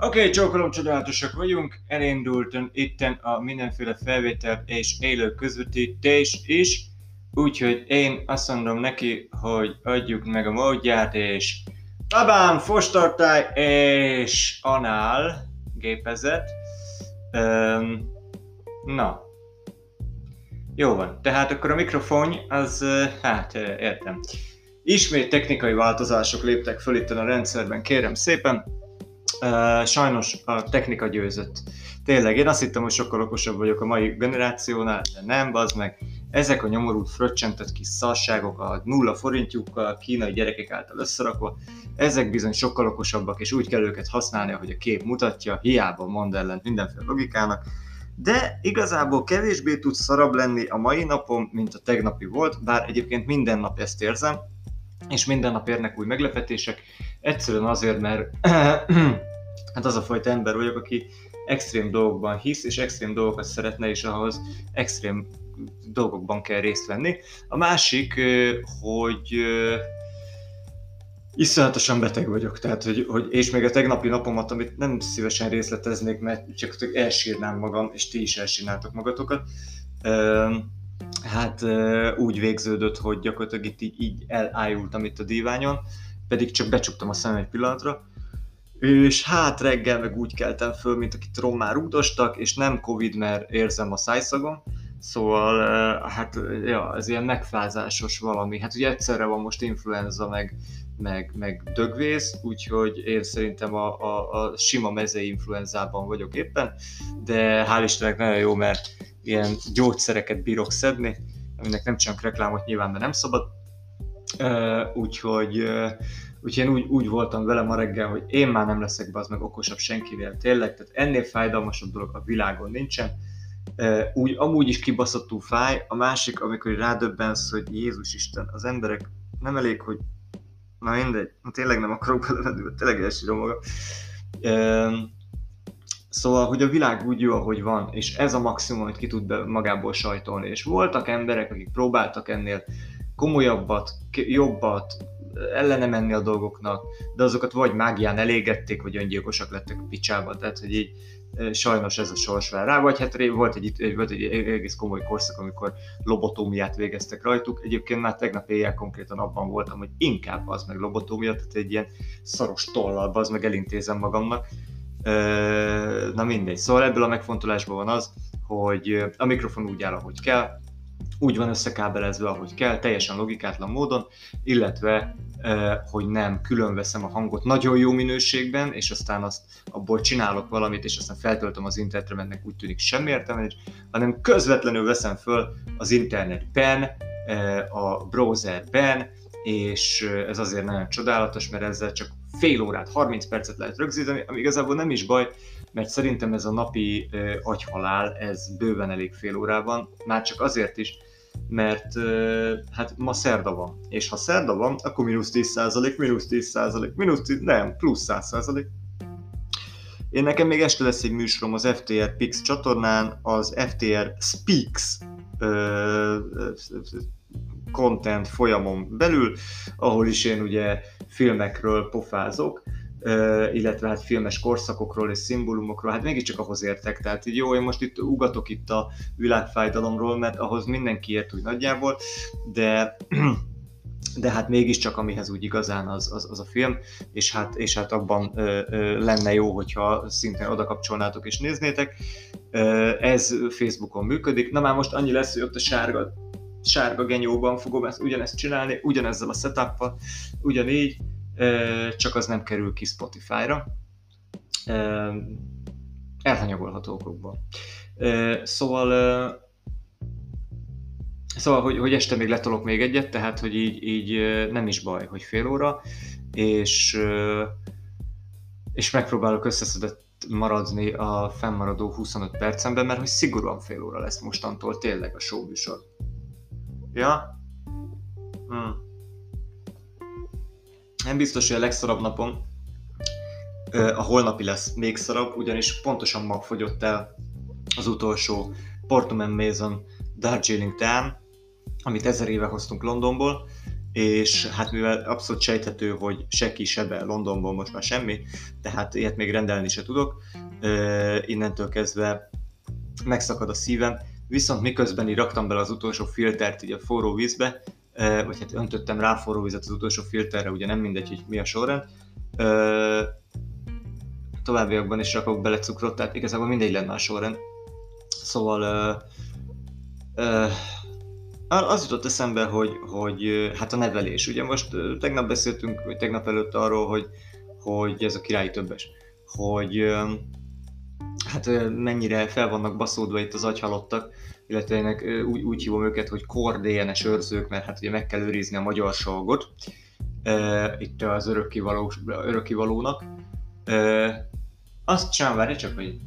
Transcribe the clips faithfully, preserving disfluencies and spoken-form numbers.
Oké, okay, csókolom, csodálatosak vagyunk, elindult itten a mindenféle felvétel és élő közvetítés is, úgyhogy én azt mondom neki, hogy adjuk meg a módját, és babám, fostartály és anál gépezet. Um, na, jó van, tehát akkor a mikrofon az, hát értem. Ismét technikai változások léptek föl itt a rendszerben, kérem szépen. Uh, sajnos a technika győzött. Tényleg, én azt hittem, hogy sokkal okosabb vagyok a mai generációnál, de nem, bazd meg. Ezek a nyomorult, fröccsentett kis szarságok a nulla forintjukkal, kínai gyerekek által összerakva, ezek bizony sokkal okosabbak, és úgy kell őket használni, ahogy a kép mutatja, hiába mond ellent mindenféle logikának. De igazából kevésbé tud szarabb lenni a mai napom, mint a tegnapi volt, bár egyébként minden nap ezt érzem, és minden nap érnek új meglepetések, egyszerűen azért, mert hát az a fajta ember vagyok, aki extrém dolgokban hisz, és extrém dolgokat szeretne, és ahhoz extrém dolgokban kell részt venni. A másik, hogy iszonyatosan beteg vagyok, tehát, hogy, hogy, és még a tegnapi napomat, amit nem szívesen részleteznék, mert csak elsírnám magam, és ti is elsírnátok magatokat. Hát úgy végződött, hogy gyakorlatilag itt így, így elájultam itt a díványon, pedig csak becsuktam a szemem egy pillanatra, és hát reggel meg úgy keltem föl, mint akit rommá rúgdostak, és nem Covid, mert érzem a szájszagom, szóval hát ja, ez ilyen megfázásos valami. Hát ugye egyszerre van most influenza, meg, meg, meg dögvész, úgyhogy én szerintem a, a, a sima mezei influenzában vagyok éppen, de hál' Istennek nagyon jó, mert ilyen gyógyszereket bírok szedni, aminek nem csinálok reklámot nyilván, mert nem szabad, úgyhogy Úgyhogy én úgy, úgy voltam vele ma reggel, hogy én már nem leszek be az meg okosabb senkivel, tényleg, tehát ennél fájdalmasabb dolog a világon nincsen. Úgy, amúgy is kibaszottul fáj, a másik, amikor rádöbbensz, hogy Jézus Isten, az emberek nem elég, hogy na mindegy, tényleg nem akarok belevenni, tényleg elsírom magam. Szóval, hogy a világ úgy jó, ahogy van, és ez a maximum, amit ki tud be magából sajtolni. És voltak emberek, akik próbáltak ennél komolyabbat, jobbat, ellene menni a dolgoknak, de azokat vagy mágián elégették, vagy öngyilkosak lettek a picsába, tehát hogy így sajnos ez a sors vár rá, vagy hát volt egy, volt egy egész komoly korszak, amikor lobotómiát végeztek rajtuk. Egyébként már tegnap éjjel konkrétan abban voltam, hogy inkább az meg lobotómia, tehát egy ilyen szaros tollal az meg elintézem magamnak. Na mindegy, szóval ebből a megfontolásból van az, hogy a mikrofon úgy áll, ahogy kell, úgy van összekábelezve, ahogy kell, teljesen logikátlan módon, illetve, hogy nem külön veszem a hangot nagyon jó minőségben, és aztán azt abból csinálok valamit, és aztán feltöltöm az internetre, mert ennek úgy tűnik semmi értelme, hanem közvetlenül veszem föl az internetben, a browserben, és ez azért nagyon csodálatos, mert ezzel csak fél órát, harminc percet lehet rögzíteni, ami igazából nem is baj, mert szerintem ez a napi uh, agyhalál, ez bőven elég fél órában, már csak azért is, mert uh, hát ma szerda van, és ha szerda van, akkor mínusz tíz százalék, mínusz tíz százalék, mínusz tíz, nem, plusz száz százalék. Én nekem még este lesz egy műsorom az ef té er Pix csatornán, az ef té er Speaks uh, content folyamon belül, ahol is én ugye filmekről pofázok, Uh, illetve hát filmes korszakokról és szimbólumokról, hát mégiscsak ahhoz értek, tehát így jó, én most itt ugatok itt a világfájdalomról, mert ahhoz mindenki ért úgy nagyjából, de, de hát mégiscsak amihez úgy igazán az, az, az a film, és hát, és hát abban uh, uh, lenne jó, hogyha szintén oda kapcsolnátok és néznétek. Uh, ez Facebookon működik, na már most annyi lesz, hogy ott a sárga, sárga genyóban fogom ezt, ugyanezt csinálni, ugyanezzel a setuppal, ugyanígy, csak az nem kerül ki Spotify-ra, elhanyagolható okokból. Szóval, szóval hogy, hogy este még letolok még egyet, tehát hogy így, így nem is baj, hogy fél óra, és, és megpróbálok összeszedett maradni a fennmaradó huszonöt percemben, mert hogy szigorúan fél óra lesz mostantól tényleg a show műsor. Ja? Hmm. Nem biztos, hogy a legszarabb napom a holnapi lesz még szarabb, ugyanis pontosan ma fogyott el az utolsó Portman Mason Darjeeling Teán, amit ezer éve hoztunk Londonból, és hát mivel abszolút sejthető, hogy se ki, se be Londonból most már semmi, tehát ilyet még rendelni se tudok, innentől kezdve megszakad a szívem, viszont miközben így raktam bele az utolsó filtert így a forró vízbe, vagy hát öntöttem rá forró vizet az utolsó filterre, ugye nem mindegy, hogy mi a sorrend, továbbiakban is rakok bele cukrot, tehát igazából mindegy lenne a sorrend. Szóval az jutott eszembe, hogy, hogy hát a nevelés. Ugye most tegnap beszéltünk, vagy tegnap előtt arról, hogy, hogy ez a királyi többes, hogy hát mennyire fel vannak baszódva itt az agyhalottak, illetve ennek úgy, úgy hívom őket, hogy core dé en es őrzők, mert hát ugye meg kell őrizni a magyarságot itt az örökkivaló, örökkivalónak. Azt sem várj, csak hogy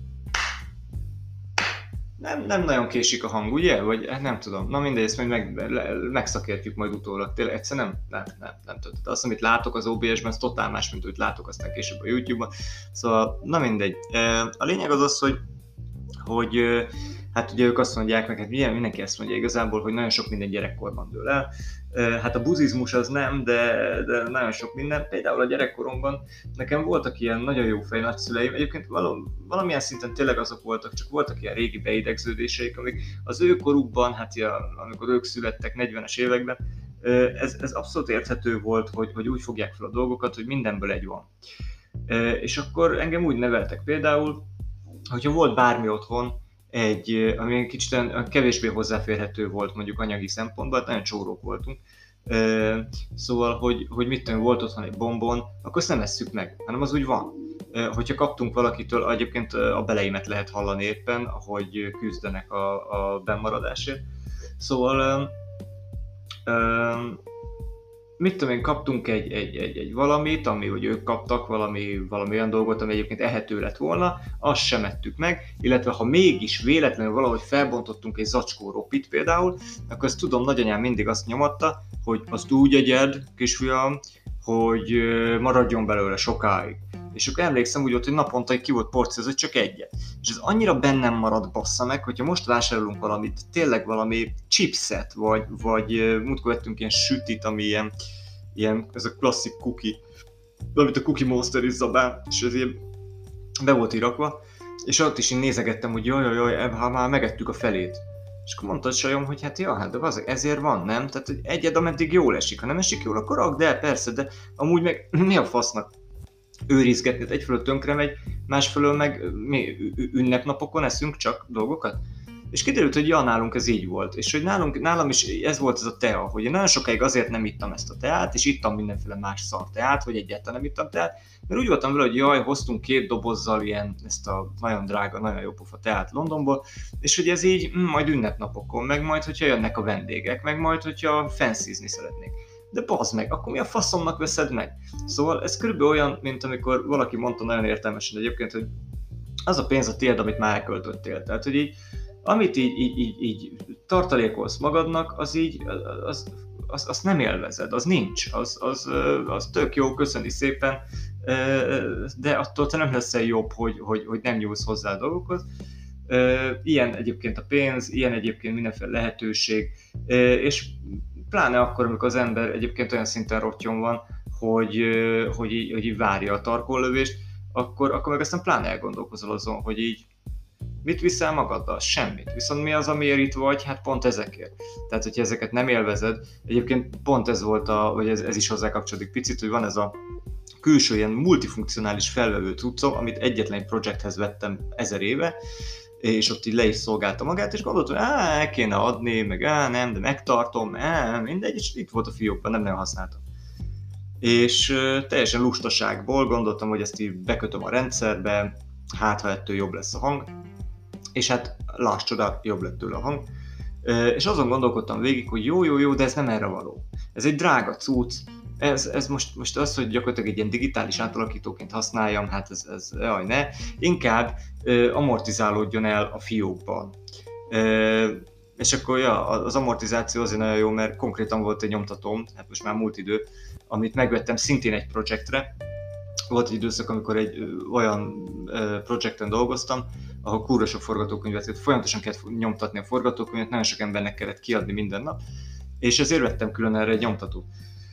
nem, nem nagyon késik a hang, ugye? Vagy nem tudom. Na mindegy, ezt majd meg, megszakértjük majd utólag. Tényleg egyszer nem? Nem, nem, nem tudom. Azt, amit látok az o bé es-ben, az totál más, mint amit látok aztán később a YouTube-ban. Szóval, na mindegy. A lényeg az az, hogy, hogy hát ugye ők azt mondják, meg hát mindenki ezt mondja igazából, hogy nagyon sok minden gyerekkorban dől el. Hát a buzizmus az nem, de, de nagyon sok minden. Például a gyerekkoromban nekem voltak ilyen nagyon jó fej nagyszüleim, egyébként valami, valamilyen szinten tényleg azok voltak, csak voltak ilyen régi beidegződéseik, amik az ő korukban, hát ja, amikor ők születtek negyvenes években, ez, ez abszolút érthető volt, hogy, hogy úgy fogják fel a dolgokat, hogy mindenből egy van. És akkor engem úgy neveltek például, hogyha volt bármi otthon, egy, ami kicsit kevésbé hozzáférhető volt mondjuk anyagi szempontból, hát nagyon csórók voltunk. Szóval, hogy, hogy mit tudom, volt otthon egy bombon, akkor azt nem esszük meg, hanem az úgy van. Hogyha kaptunk valakitől, egyébként a beleimet lehet hallani éppen, ahogy küzdenek a, a bennmaradásért. Szóval mit tudom én, kaptunk egy, egy, egy, egy valamit, ami, hogy ők kaptak valami, valami olyan dolgot, ami egyébként ehető lett volna, azt sem ettük meg, illetve ha mégis véletlenül valahogy felbontottunk egy zacskó ropit például, akkor ezt tudom, nagyanyám mindig azt nyomatta, hogy azt úgy egyed, kisfiam, hogy maradjon belőle sokáig. És akkor emlékszem úgy volt, hogy naponta ki volt porciózott csak egyet. És ez annyira bennem marad, bassza meg, hogyha most vásárolunk valamit, tényleg valami chipset, vagy, vagy múltkor vettünk ilyen sütit, ami ilyen, ilyen ez a klasszik cookie, amit a Cookie Monster izza be, és ez ilyen be volt irakva, és ott is én nézegettem, hogy jaj, jaj, jaj, ha már megettük a felét. És akkor mondta a csajom, hogy hát ja, hát de az, ezért van, nem? Tehát, hogy egyed, ameddig jól esik, ha nem esik jól, akkor rakd el, persze, de amúgy meg mi a fasznak őrizgetni, egyfelől tönkre megy, másfelől meg mi ünnepnapokon eszünk csak dolgokat. És kiderült, hogy ja, nálunk ez így volt, és hogy nálunk, nálam is ez volt ez a tea, hogy én nagyon sokáig azért nem ittam ezt a teát, és ittam mindenféle más szar teát, vagy egyáltalán nem ittam teát, mert úgy voltam vele, hogy jaj, hoztunk két dobozzal ilyen, ezt a nagyon drága, nagyon jó pofa teát Londonból, és hogy ez így hm, majd ünnepnapokon, meg majd, hogyha jönnek a vendégek, meg majd, hogyha fancyzni szeretnék. De bazd meg, akkor mi a faszomnak veszed meg? Szóval ez körülbelül olyan, mint amikor valaki mondta nagyon értelmesen egyébként, hogy az a pénz a tiéd, amit már elköltöttél. Tehát, hogy így, amit így, így, így, így tartalékolsz magadnak, az így, az, az, az nem élvezed, az nincs, az, az, az tök jó, köszöni szépen, de attól te nem leszel jobb, hogy, hogy, hogy nem nyúlsz hozzá a dolgokhoz. Ilyen egyébként a pénz, ilyen egyébként mindenféle lehetőség, és pláne akkor, amikor az ember egyébként olyan szinten rottyon van, hogy, hogy, így, hogy így várja a tarkónlövést, akkor, akkor meg aztán pláne elgondolkozol azon, hogy így mit viszel magaddal? Semmit. Viszont mi az, amiért itt vagy? Hát pont ezekért. Tehát, hogyha ezeket nem élvezed, egyébként pont ez volt, a, vagy ez, ez is hozzá kapcsolódik picit, hogy van ez a külső ilyen multifunkcionális felvevő cuccom, amit egyetlen egy projekthez vettem ezer éve, és ott így le is szolgálta magát, és gondoltam, hogy á, el kéne adni, meg á, nem, de megtartom, á, mindegy, és itt volt a fiókban, nem nagyon használtam. És uh, teljesen lustaságból gondoltam, hogy ezt így bekötöm a rendszerbe, hát ha ettől jobb lesz a hang, és hát láss csoda, jobb lett tőle a hang. Uh, és azon gondolkodtam végig, hogy jó, jó, jó, de ez nem erre való. Ez egy drága cucc, ez, ez most, most az, hogy gyakorlatilag egy ilyen digitális átalakítóként használjam, hát ez, ez jaj, ne. Inkább uh, amortizálódjon el a fiókban. Uh, és akkor ja, az amortizáció azért nagyon jó, mert konkrétan volt egy nyomtatóm, hát most már múlt idő, amit megvettem szintén egy projektre. Volt egy időszak, amikor egy ö, olyan ö, projekten dolgoztam, ahol kurva sok forgatókönyvet, folyamatosan kellett nyomtatni a forgatókönyvet, nagyon sok embernek kellett kiadni minden nap, és ezért vettem külön erre egy nyomtatót.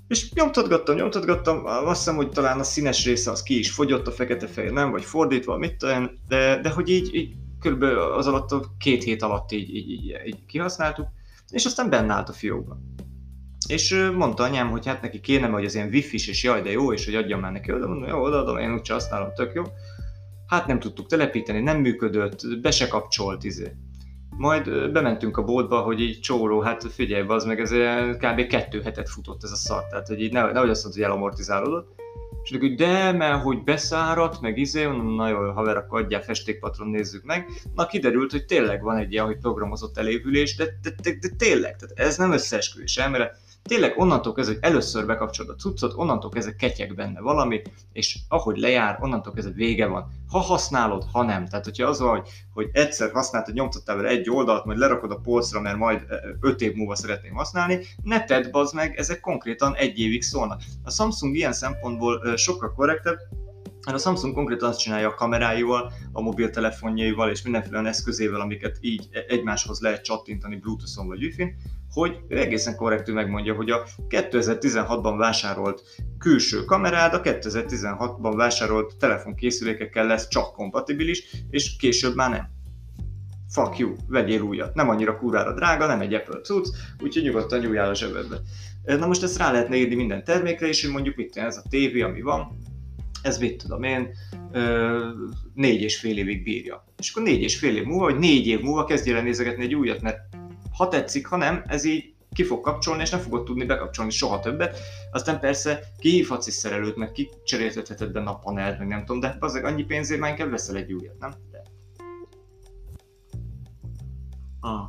És nyomtatgattam, nyomtatgattam, azt hiszem, hogy talán a színes része az ki is fogyott, a fekete-fehér nem, vagy fordítva, mit tudom, de, de hogy így, így körülbelül az alatt a két hét alatt így, így, így, így kihasználtuk, és aztán benne állt a fiókban. És mondta anyám, hogy hát neki kéne, hogy az ilyen wifi-s, és jaj, de jó, és hogy adjam már neki oda, mondom, jó, odaadom, én úgyse használom, tök jó. Hát nem tudtuk telepíteni, nem működött, be se kapcsolt, izé. Majd bementünk a boltba, hogy így csóró, hát figyelj, az meg ez kb. kettő hetet futott ez a szar, tehát hogy így nehogy azt mondta, hogy elamortizálódott. És hogy de, mert hogy beszáradt, meg izé, mondom, na jó, haver, akkor adjál festékpatron, nézzük meg. Na kiderült, hogy tényleg van egy ilyen, hogy programozott elévülés, de, de, de, de tényleg, tehát ez nem összeesküvés elmélet. Tényleg onnantól kezdve, hogy először bekapcsolod a cuccot, onnantól kezdve ketyeg benne valami, és ahogy lejár, onnantól kezdve vége van. Ha használod, ha nem. Tehát, hogyha az van, hogy, hogy egyszer használtad, nyomtattál vele egy oldalt, majd lerakod a polcra, mert majd öt év múlva szeretném használni, ne tedd, bazd meg, ezek konkrétan egy évig szólnak. A Samsung ilyen szempontból sokkal korrektebb, mert a Samsung konkrétan azt csinálja a kameráival, a mobiltelefonjaival és mindenféle olyan eszközével, amiket így egymáshoz lehet csattintani Bluetooth-on vagy Wi-Fi-n, hogy ő egészen korrektül megmondja, hogy a kétezer-tizenhatban vásárolt külső kamerád a kétezer-tizenhatban vásárolt telefonkészülékekkel lesz csak kompatibilis, és később már nem. Fuck you, vegyél újat. Nem annyira kurvára drága, nem egy Apple cucc, úgyhogy nyugodtan nyúljál a zsebedbe. Na most ezt rá lehetne írni minden termékre, és hogy mondjuk mit ez a tévé, ami van, ez mit tudom én, négy és fél évig bírja. És akkor négy és fél év múlva, vagy négy év múlva kezdjél el nézegetni egy újat, mert ha tetszik, ha nem, ez így ki fog kapcsolni, és nem fogod tudni bekapcsolni soha többet. Aztán persze kihívhatsz is szerelőt, meg kicseréltetheted benne a panelt, meg nem tudom, de azért annyi pénzért már inkább veszel egy újat, nem? De. Ah.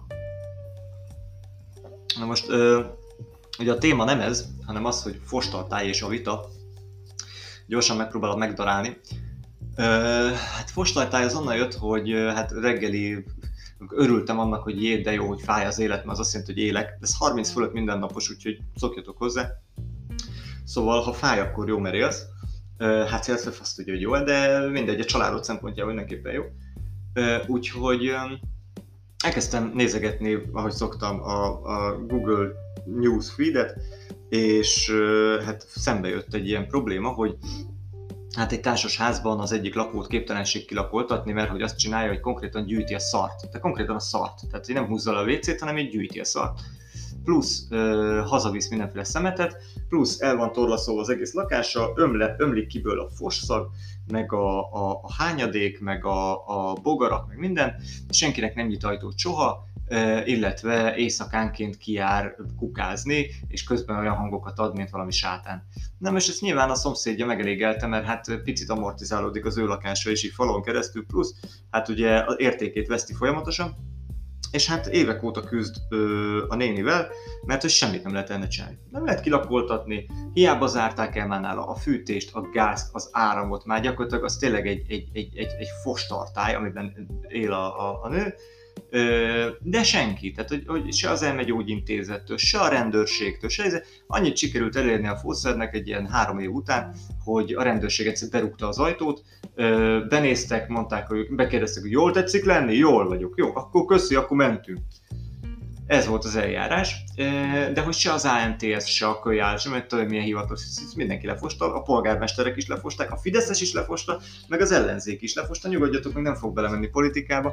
Na most, ö, ugye a téma nem ez, hanem az, hogy fostartály és a vita. Gyorsan megpróbálom megdarálni. Ö, hát fostartály az onnan jött, hogy hát reggeli örültem annak, hogy jé, de jó, hogy fáj az élet, mert az azt jelenti, hogy élek. Ez harminc fölött mindennapos, úgyhogy szokjatok hozzá. Szóval, ha fáj, akkor jó, mert élsz. Hát illetve azt tudja, hogy jó, de mindegy, a családod szempontjából mindenképpen jó. Úgyhogy elkezdtem nézegetni, ahogy szoktam, a, a Google News feedet, és hát szembe jött egy ilyen probléma, hogy hát egy társas házban az egyik lakót képtelenség kilakoltatni, mert hogy azt csinálja, hogy konkrétan gyűjti a szart. Tehát konkrétan a szart. Tehát nem húzza le a vécét, hanem így gyűjti a szart. Plusz ö, hazavisz mindenféle szemetet, plusz el van torlaszolva az egész lakása, ömle, ömlik kiből a fosszag, meg a, a, a hányadék, meg a, a bogarak, meg minden. Senkinek nem nyit ajtót soha, illetve éjszakánként kijár kukázni, és közben olyan hangokat ad, mint valami sátán. Na most ezt nyilván a szomszédja megelégelte, mert hát picit amortizálódik az ő lakása is így falon keresztül, plusz hát ugye az értékét veszti folyamatosan, és hát évek óta küzd ö, a nénivel, mert hogy semmit nem lehet ennek csinálni. Nem lehet kilakoltatni, hiába zárták el már nála a fűtést, a gázt, az áramot, már gyakorlatilag az tényleg egy, egy, egy, egy, egy fostartály, amiben él a, a, a nő, de senki, tehát hogy, hogy se az elmegyógyintézettől, se a rendőrségtől, se ez, annyit sikerült elérni a Fószernek egy ilyen három év után, hogy a rendőrség egyszer berúgta az ajtót, benéztek, mondták, hogy bekérdeztek, hogy jól tetszik lenni? Jól vagyok, jó, akkor köszi, akkor mentünk. Ez volt az eljárás, de hogy se az á em té es, se a kölyál, se mert tudom milyen hivatalos, mindenki lefosta, a polgármesterek is lefosták, a Fideszes is lefosta, meg az ellenzék is lefosta, nyugodjatok, meg nem fog belemenni politikába.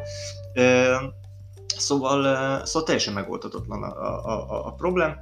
Szóval, szóval teljesen megoldhatatlan a, a, a, a problém,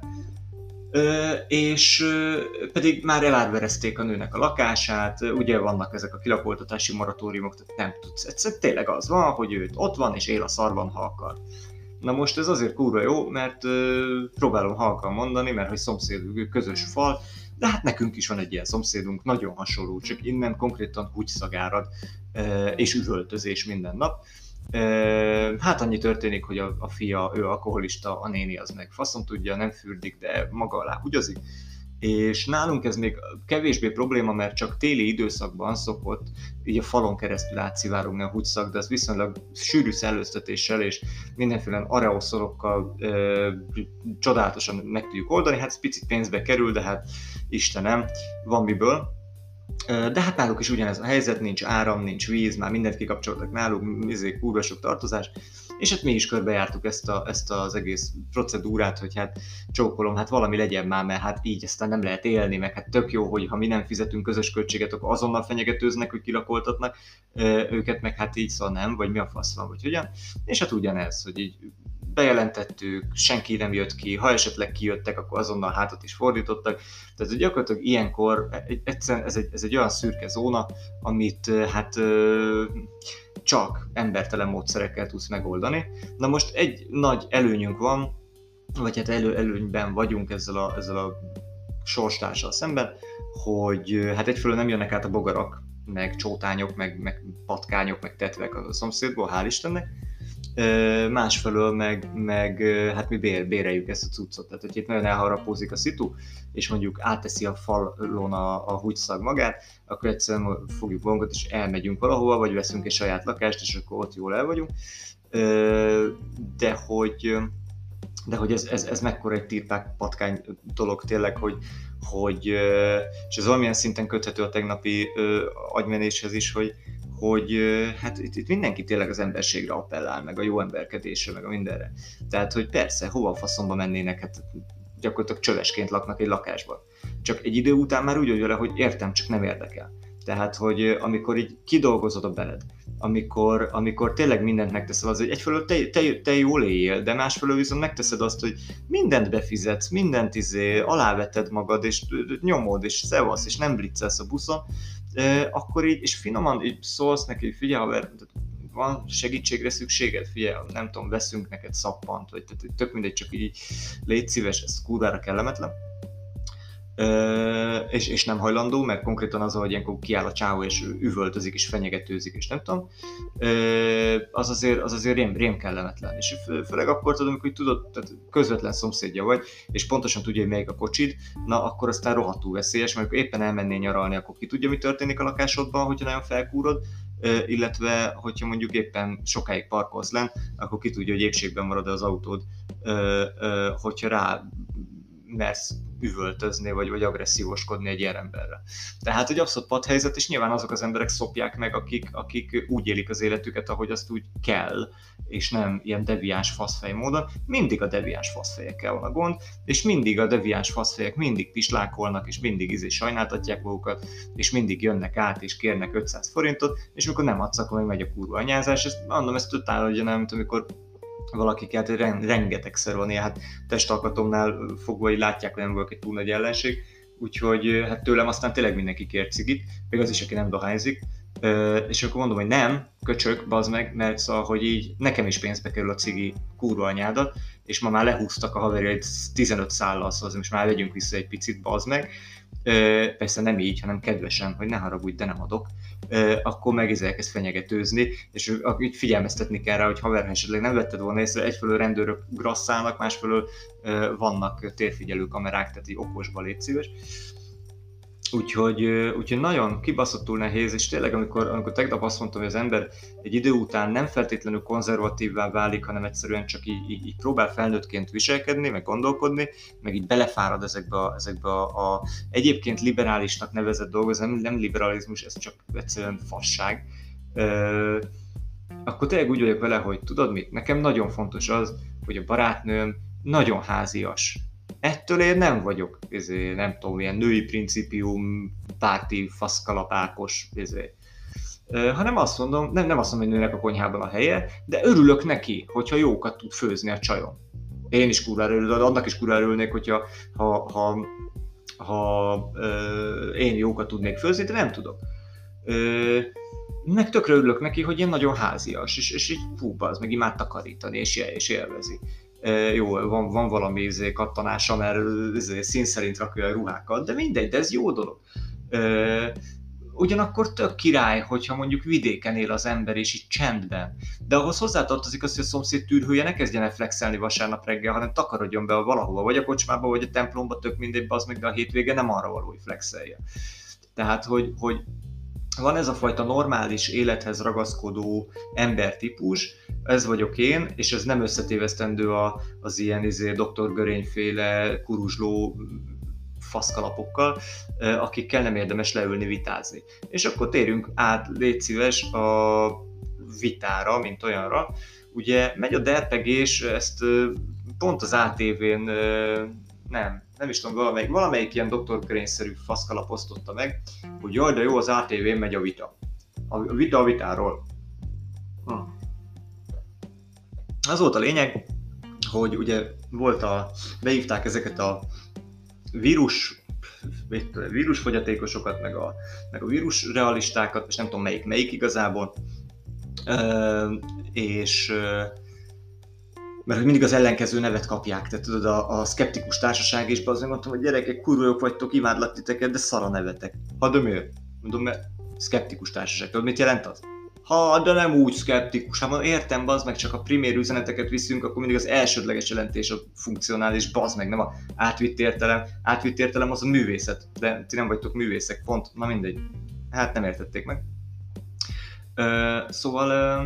és pedig már elárverezték a nőnek a lakását, ugye vannak ezek a kilakoltatási moratóriumok, tehát nem tudsz, egyszerűen tényleg az van, hogy ő ott van és él a szarban, ha akar. Na most ez azért kurva jó, mert uh, próbálom halkan mondani, mert hogy szomszédunk, közös fal, de hát nekünk is van egy ilyen szomszédunk, nagyon hasonló, csak innen konkrétan húgyszaghárad uh, és üvöltözés minden nap. Uh, hát annyi történik, hogy a, a fia, ő alkoholista, a néni az meg faszom tudja, nem fürdik, de maga alá húgyozik. És nálunk ez még kevésbé probléma, mert csak téli időszakban szokott így a falon keresztül átszivárogni a húgyszag, de az viszonylag sűrű szellőztetéssel és mindenféle aeroszolokkal e, csodálatosan meg tudjuk oldani. Hát ez picit pénzbe kerül, de hát Istenem, van miből. E, de hát náluk is ugyanez a helyzet, nincs áram, nincs víz, már mindent kikapcsoltak náluk, ezért kurva sok tartozás. és hát mi is körbejártuk ezt, a, ezt az egész procedúrát, hogy hát csókolom, hát valami legyen már, mert hát így aztán nem lehet élni, meg hát tök jó, hogy ha mi nem fizetünk közös költséget, akkor azonnal fenyegetőznek, hogy kilakoltatnak őket, meg hát így szóval nem, vagy mi a fasz van, vagy hogyan. És hát ugyanez, hogy így bejelentettük, senki nem jött ki, ha esetleg kijöttek, akkor azonnal hátat is fordítottak. Tehát gyakorlatilag ilyenkor egyszerűen ez egy, ez egy olyan szürke zóna, amit hát csak embertelen módszerekkel tudsz megoldani. Na most egy nagy előnyünk van, vagy hát elő, előnyben vagyunk ezzel a, ezzel a sorstársal szemben, hogy hát egyfelől nem jönnek át a bogarak, meg csótányok, meg, meg patkányok, meg tetvek a szomszédból, hál' Istennek. Másfelől meg, meg hát mi bér, béreljük ezt a cuccot. Tehát, hogy itt nagyon elharapózik a szitu, és mondjuk átteszi a falon a, a húgyszag magát, akkor egyszerűen fogjuk magunkat, és elmegyünk valahova, vagy veszünk egy saját lakást, és akkor ott jól el vagyunk. De hogy, de hogy ez, ez, ez mekkora egy tirpák patkány dolog tényleg, hogy, hogy és ez valamilyen szinten köthető a tegnapi agymenéshez is, hogy hogy hát itt, itt mindenki tényleg az emberségre appellál, meg a jó emberkedésre, meg a mindenre. Tehát, hogy persze, hova a faszomba mennének, hát gyakorlatilag csövesként laknak egy lakásban. Csak egy idő után már úgy vagy vele, hogy értem, csak nem érdekel. Tehát, hogy amikor így kidolgozod a beled, amikor, amikor tényleg mindent megteszel, az, hogy egyfelől te, te, te jól éljél, de másfelől viszont megteszed azt, hogy mindent befizetsz, mindent izé, aláveted magad, és nyomod, és szevasz, és nem blitzelsz a buszon, akkor így, és finoman így szólsz neki, figyelj haver, van segítségre szükséged, figyelj, nem tudom, veszünk neked szappant, vagy tehát tök mindegy, csak így légy szíves, ez kurvára kellemetlen. Uh, és, és nem hajlandó, mert konkrétan az, hogy ilyenkor kiáll a csávó, és üvöltözik, és fenyegetőzik, és nem tudom, uh, az azért, az azért rém, rém kellemetlen. És fő, főleg akkor tudom, amikor tudod, tehát közvetlen szomszédja vagy, és pontosan tudja, hogy melyik a kocsid, na akkor aztán rohadtul veszélyes, mert amikor éppen elmennél nyaralni, akkor ki tudja, mi történik a lakásodban, hogyha nagyon felkúrod, uh, illetve hogyha mondjuk éppen sokáig parkolsz lenn, akkor ki tudja, hogy épségben marad az autód, uh, uh, hogyha rá mersz üvöltözni, vagy, vagy agresszívoskodni egy ilyen emberre. Tehát egy abszolút padhelyzet, és nyilván azok az emberek szopják meg, akik, akik úgy élik az életüket, ahogy azt úgy kell, és nem ilyen deviáns faszfej módon. Mindig a deviáns faszfejekkel van a gond, és mindig a deviáns faszfejek mindig pislákolnak, és mindig izé sajnáltatják magukat, és mindig jönnek át, és kérnek ötszáz forintot, és amikor nem adsz, akkor meg megy a kurva anyázás. Ezt mondom, ezt totál, hogy nem, amikor valakik, hát rengetegszer van ilyen, hát testalkatomnál fogva így látják, hogy nem vagyok egy túl nagy ellenség, úgyhogy hát tőlem aztán tényleg mindenki kér cigit, még az is, aki nem dohányzik, és akkor mondom, hogy nem, köcsök, bazd meg, mert szóval, hogy így nekem is pénzbe kerül a cigi, kurva anyádat, és ma már lehúztak a haverjaid tizenöt szállal, szóval most már vegyünk vissza egy picit, bazd meg. Persze nem így, hanem kedvesen, hogy ne haragudj, de nem adok, akkor meg ez elkezd fenyegetőzni, és így figyelmeztetni kell rá, hogy haver, ha esetleg nem vetted volna észre, egyfelől rendőrök grasszálnak, másfelől vannak térfigyelő kamerák, tehát így okosba légy szíves. Úgyhogy, úgyhogy nagyon kibaszottul nehéz, és tényleg amikor, amikor tegnap azt mondtam, hogy az ember egy idő után nem feltétlenül konzervatívvá válik, hanem egyszerűen csak így, így, így próbál felnőttként viselkedni, meg gondolkodni, meg így belefárad ezekbe a, ezekbe a, a egyébként liberálisnak nevezett dolgok, ez nem, nem liberalizmus, ez csak egyszerűen fasság. Ö, akkor tényleg úgy vagyok vele, hogy tudod mit, nekem nagyon fontos az, hogy a barátnőm nagyon házias. Ettől én nem vagyok, ezért, nem tudom, ilyen női principium, párti, faszkalapákos, ezért. Uh, hanem azt mondom, nem, nem azt mondom, hogy nőnek a konyhában a helye, de örülök neki, hogyha jókat tud főzni a csajom. Én is kurvára örülök, annak is kurvára örülnék, hogyha ha, ha, ha uh, én jókat tudnék főzni, de nem tudok. Uh, meg tökre örülök neki, hogy én nagyon házias, és, és így fú, az meg imád takarítani, és, és élvezi. Uh, jó, van, van valami izé, kattanása, mert izé, szín szerint rakja a ruhákat, de mindegy, de ez jó dolog. Uh, ugyanakkor tök király, hogyha mondjuk vidéken él az ember, és így csendben. De ahhoz hozzátartozik az, hogy a szomszéd tűrhője ne kezdjen el flexelni vasárnap reggel, hanem takarodjon be valahova, vagy a kocsmába, vagy a templomba, tök mindegy, bazd meg, de a hétvége nem arra való, hogy flexelje. Tehát, hogy, hogy van ez a fajta normális élethez ragaszkodó embertípus, ez vagyok én, és ez nem összetévesztendő a, az ilyen izé, doktor Görényféle kuruzsló faszkalapokkal, akikkel nem érdemes leülni vitázni. És akkor térjünk át, légy szíves, a vitára, mint olyanra. ugye megy a derpegés, ezt pont az á té vén, nem, nem is tudom, valamelyik, valamelyik ilyen doktor Crane-szerű faszkalap osztotta meg, hogy jaj, de jó, az á té vén megy a vita. A vita a vitáról. Hm. Az volt a lényeg, hogy ugye volt a, behívták ezeket a vírus, vírusfogyatékosokat, meg a, meg a vírusrealistákat, és nem tudom melyik melyik igazából, uh, és uh, mert mindig az ellenkező nevet kapják, tehát tudod, a, a szkeptikus társaság is, azért mondtam, hogy gyerekek, kurva jók vagytok, imádlak titeket, de szar a nevetek. Ha, de miért? Mondom, mert szkeptikus társaság, tudod, mit jelent az? Ha, de nem úgy szkeptikus, hát értem, bazd meg, csak a primér üzeneteket viszünk, akkor mindig az elsődleges jelentés a funkcionális, bazd meg, nem a átvitt értelem. Átvitt értelem az a művészet, de ti nem vagytok művészek, pont, na mindegy. Hát nem értették meg. Ö, szóval... Ö,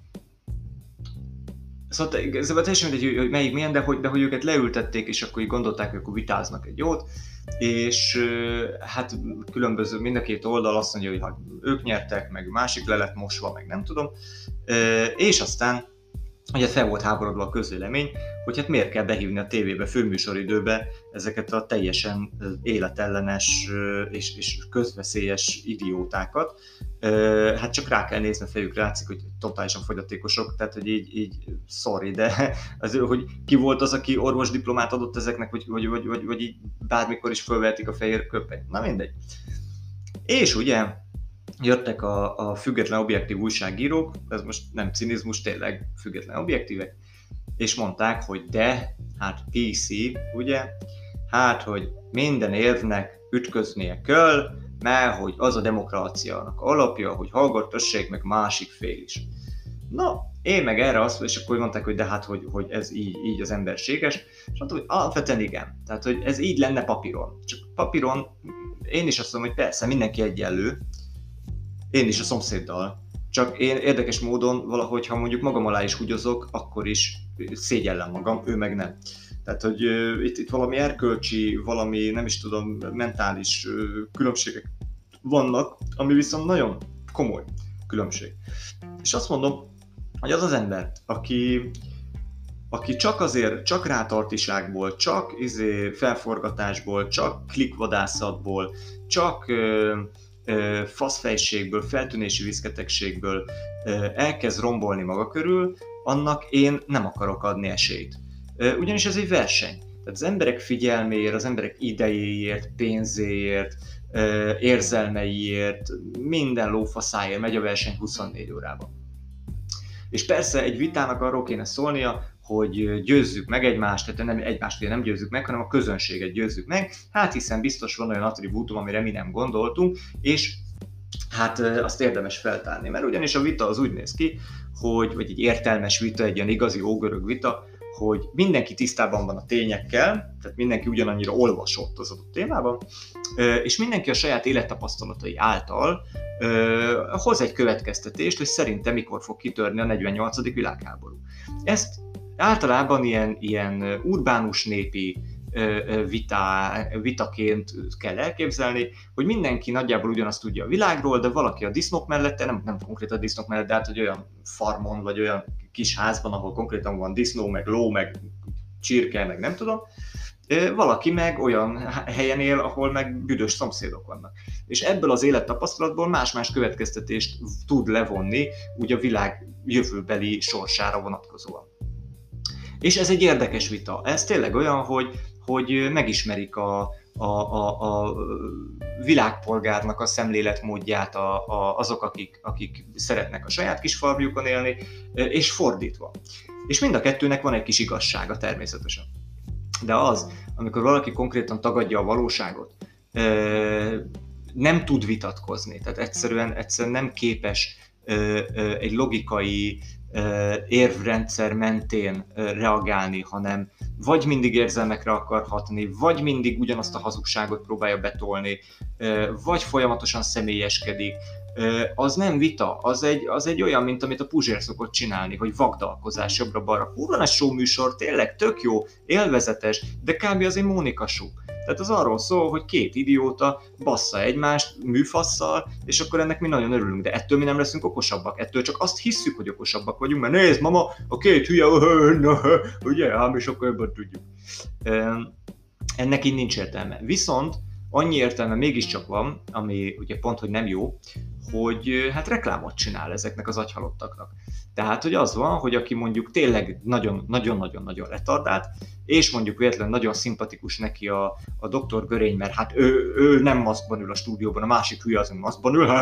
Szóval szóval teljesen mindegy, hogy melyik milyen, de hogy, de hogy őket leültették, és akkor így gondolták, hogy akkor vitáznak egy jót, és hát különböző, mind a két oldal azt mondja, hogy hát ők nyertek, meg másik le lett mosva, meg nem tudom, és aztán ugye fel volt háborodva a közvélemény, hogy hát miért kell behívni a tévébe, főműsoridőbe ezeket a teljesen életellenes és, és közveszélyes idiótákat. Hát csak rá kell nézni, a fejükre látszik, hogy totálisan fogyatékosok, tehát hogy így, így sorry, de az, hogy ki volt az, aki orvosdiplomát adott ezeknek, vagy, vagy, vagy, vagy, vagy így bármikor is fölvehetik a fehér köpenyt. Na mindegy. És ugye jöttek a, a független objektív újságírók, ez most nem cinizmus, tényleg független objektívek, és mondták, hogy de, hát pé cé, ugye, hát, hogy minden érvnek ütköznie kell, mert hogy az a demokráciának alapja, hogy hallgattassék meg másik fél is. Na, én meg erre azt, és akkor mondták, hogy de hát, hogy, hogy ez így, így az emberséges, és mondtam, hogy alapvetően igen, tehát, hogy ez így lenne papíron. Csak papíron én is azt mondom, hogy persze, mindenki egyenlő, én is a szomszéddal, csak én érdekes módon valahogy, ha mondjuk magam alá is húgyozok, akkor is szégyellem magam, ő meg nem. Tehát, hogy uh, itt, itt valami erkölcsi, valami, nem is tudom, mentális uh, különbségek vannak, ami viszont nagyon komoly különbség. És azt mondom, hogy az az ember, aki, aki csak azért, csak rátartiságból, csak izé, felforgatásból, csak klikvadászatból, csak uh, uh, faszfejségből, feltűnési viszketegségből uh, elkezd rombolni maga körül, annak én nem akarok adni esélyt. Ugyanis ez egy verseny. Tehát az emberek figyelméért, az emberek idejéért, pénzéért, érzelmeiért, minden lófaszáért megy a verseny huszonnégy órában. És persze egy vitának arról kéne szólnia, hogy győzzük meg egymást, tehát nem egymást nem győzzük meg, hanem a közönséget győzzük meg, hát hiszen biztos van olyan attribútum, amire mi nem gondoltunk, és hát azt érdemes feltárni, mert ugyanis a vita az úgy néz ki, hogy, vagy egy értelmes vita, egy ilyen igazi ógörög vita, hogy mindenki tisztában van a tényekkel, tehát mindenki ugyanannyira olvasott az adott témában, és mindenki a saját élettapasztalatai által hoz egy következtetést, hogy szerintem mikor fog kitörni a negyvennyolcadik világháború. Ezt általában ilyen, ilyen urbánus népi Vita, vitaként kell elképzelni, hogy mindenki nagyjából ugyanazt tudja a világról, de valaki a disznók mellette, nem, nem konkrétan a disznók mellett, de hát hogy olyan farmon, vagy olyan kis házban, ahol konkrétan van disznó, meg ló, meg csirke, meg nem tudom, valaki meg olyan helyen él, ahol meg büdös szomszédok vannak. És ebből az élettapasztalatból más-más következtetést tud levonni úgy a világ jövőbeli sorsára vonatkozóan. És ez egy érdekes vita. Ez tényleg olyan, hogy hogy megismerik a, a, a, a világpolgárnak a szemléletmódját a, a, azok, akik, akik szeretnek a saját kis farmjukon élni, és fordítva. És mind a kettőnek van egy kis igazsága természetesen. De az, amikor valaki konkrétan tagadja a valóságot, nem tud vitatkozni, tehát egyszerűen, egyszerűen nem képes egy logikai érvrendszer mentén reagálni, hanem vagy mindig érzelmekre akar hatni, vagy mindig ugyanazt a hazugságot próbálja betolni, vagy folyamatosan személyeskedik, az nem vita, az egy, az egy olyan, mint amit a Puzsér szokott csinálni, hogy vagdalkozás jobbra-balra. Kurva nagy show műsor, tényleg tök jó, élvezetes, de kb. Az egy Mónika show. Tehát az arról szól, hogy két idióta bassza egymást műfasszal, és akkor ennek mi nagyon örülünk, de ettől mi nem leszünk okosabbak, ettől csak azt hisszük, hogy okosabbak vagyunk, mert nézd, mama, a két hülye, ugye, ám, és akkor ebben tudjuk. Ennek így nincs értelme. Viszont annyi értelme mégiscsak van, ami ugye pont, hogy nem jó, hogy hát reklámot csinál ezeknek az agyhalottaknak. Tehát, hogy az van, hogy aki mondjuk tényleg nagyon-nagyon-nagyon retardált, és mondjuk véletlenül nagyon szimpatikus neki a, a doktor Görény, mert hát ő, ő nem maszkban ül a stúdióban, a másik hülye az, hogy maszkban ül,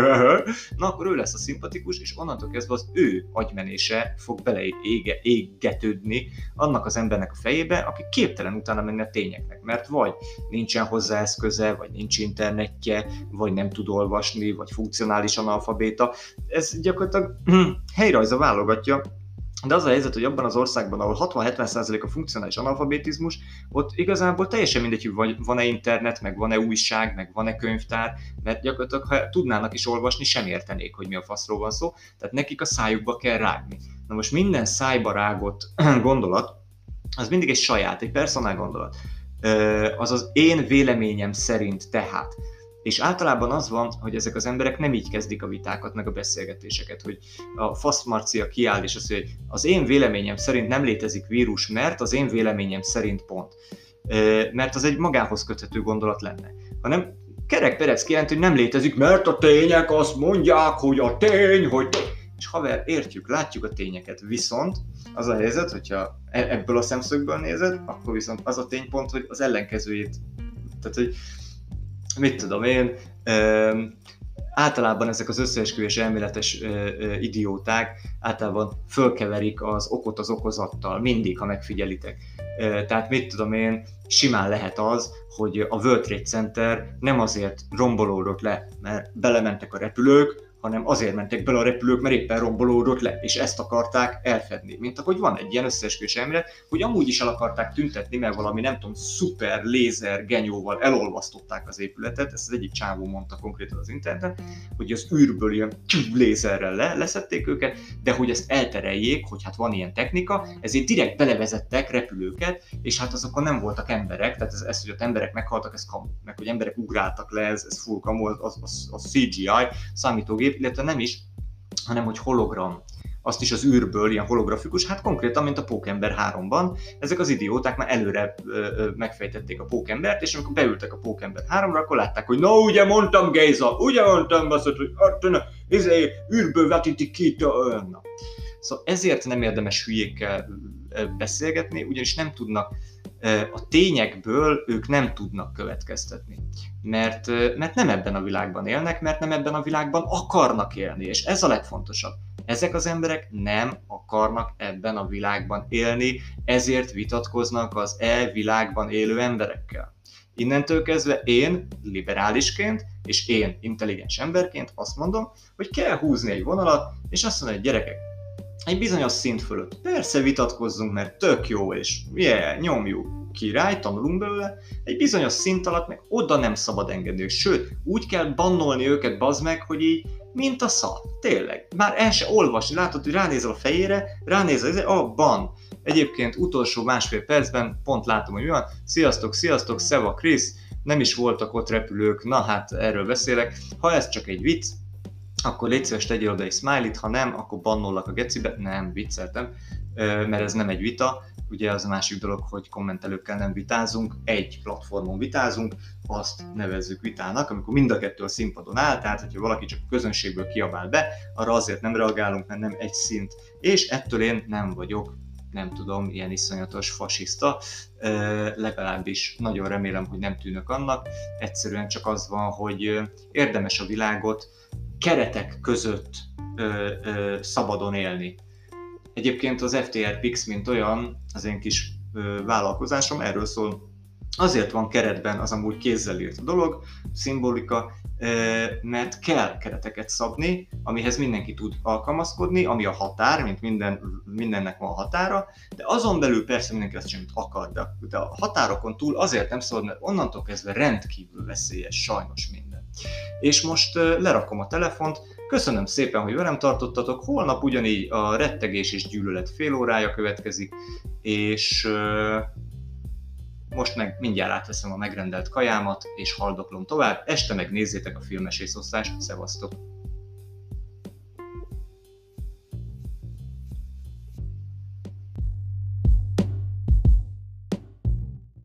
na akkor ő lesz a szimpatikus, és onnantól kezdve az ő agymenése fog beleégetődni annak az embernek a fejébe, aki képtelen utána menni a tényeknek, mert vagy nincsen hozzá eszköze, vagy nincs internetje, vagy nem tud olvasni, vagy funkcionális analfabéta. Ez gyakorlatilag helyrajza válogatja. De az a helyzet, hogy abban az országban, ahol hatvan-hetven százalék a funkcionális analfabetizmus, ott igazából teljesen mindegy, hogy van-e internet, meg van-e újság, meg van-e könyvtár, mert gyakorlatilag, ha tudnának is olvasni, sem értenék, hogy mi a faszról van szó, tehát nekik a szájukba kell rágni. Na most minden szájba rágott gondolat, az mindig egy saját, egy personál gondolat. Az az én véleményem szerint tehát. És általában az van, hogy ezek az emberek nem így kezdik a vitákat, meg a beszélgetéseket, hogy a faszmarcia kiáll, és azt mondja, hogy az én véleményem szerint nem létezik vírus, mert az én véleményem szerint pont. Mert az egy magához köthető gondolat lenne. Hanem kerek perec kijelent, hogy nem létezik, mert a tények azt mondják, hogy a tény, hogy... És haver, értjük, látjuk a tényeket, viszont az a helyzet, hogyha ebből a szemszögből nézed, akkor viszont az a ténypont, hogy az ellenkezőjét, tehát hogy mit tudom én, ö, általában ezek az összeesküvés elméletes ö, ö, idióták általában fölkeverik az okot az okozattal, mindig, ha megfigyelitek. Ö, tehát mit tudom én, simán lehet az, hogy a World Trade Center nem azért rombolódott le, mert belementek a repülők, hanem azért mentek bele a repülők, mert éppen rombolódott le, és ezt akarták elfedni. Mint ahogy van egy ilyen összeesküvés elmélet, hogy amúgy is el akarták tüntetni, mert valami nem tudom, szuper lézer genyóval elolvasztották az épületet, ezt az egyik csávó mondta konkrétan az interneten, hogy az űrből ilyen lézerrel le, leszették őket, de hogy ezt eltereljék, hogy hát van ilyen technika, ezért direkt belevezettek repülőket, és hát azokon nem voltak emberek, tehát ez, ez hogy ott emberek meghaltak, ez kamu, meg hogy emberek ugráltak le, ez, ez full kamu, az, az, az cé gé i, számítógép, illetve nem is, hanem hogy hologram. Azt is az űrből, ilyen holografikus, hát konkrétan, mint a Pókember háromban, ezek az idióták már előre ö, ö, megfejtették a Pókembert, és amikor beültek a Pókember háromra, akkor látták, hogy na ugye mondtam, Géza, ugye mondtam, baszod, hogy attana, izé, űrből vetítik ki, na. Szóval ezért nem érdemes hülyékkel beszélgetni, ugyanis nem tudnak, a tényekből ők nem tudnak következtetni. Mert, mert nem ebben a világban élnek, mert nem ebben a világban akarnak élni, és ez a legfontosabb. Ezek az emberek nem akarnak ebben a világban élni, ezért vitatkoznak az e-világban élő emberekkel. Innentől kezdve én liberálisként, és én intelligens emberként azt mondom, hogy kell húzni egy vonalat, és azt mondani, hogy gyerekek, egy bizonyos szint fölött persze vitatkozzunk, mert tök jó, és yeah, nyomjuk, király, tanulunk belőle, egy bizonyos szint alatt meg oda nem szabad engedni, sőt, úgy kell bannolni őket, bazd meg, hogy így, mint a szar, tényleg. Már el se olvasni, látod, hogy ránézel a fejére, ránézel, a oh, ban. Egyébként utolsó másfél percben pont látom, hogy mi van, sziasztok, sziasztok, szeva Krisz, nem is voltak ott repülők, na hát erről beszélek, ha ez csak egy vicc, akkor légy szíves, tegyél oda egy smiley-t, ha nem, akkor bannollak a gecibe, nem, vicceltem, mert ez nem egy vita, ugye az a másik dolog, hogy kommentelőkkel nem vitázunk, egy platformon vitázunk, azt nevezzük vitának, amikor mind a kettő a színpadon áll, tehát hogyha valaki csak közönségből kiabál be, arra azért nem reagálunk, mert nem egy szint, és ettől én nem vagyok, nem tudom, ilyen iszonyatos fasiszta, legalábbis nagyon remélem, hogy nem tűnök annak, egyszerűen csak az van, hogy érdemes a világot keretek között ö, ö, szabadon élni. Egyébként az ef té er Pix, mint olyan, az én kis ö, vállalkozásom erről szól. Azért van keretben az amúgy kézzel írt dolog, szimbolika, ö, mert kell kereteket szabni, amihez mindenki tud alkalmazkodni, ami a határ, mint minden, mindennek van határa, de azon belül persze mindenki azt sem akar, de, de a határokon túl azért nem szabad, mert onnantól kezdve rendkívül veszélyes sajnos minden. És most uh, lerakom a telefont, köszönöm szépen, hogy velem tartottatok, holnap ugyanígy a rettegés és gyűlölet fél órája következik, és uh, most meg mindjárt átveszem a megrendelt kajámat, és haldoklom tovább, este meg nézzétek a filmesészosztást, szevasztok!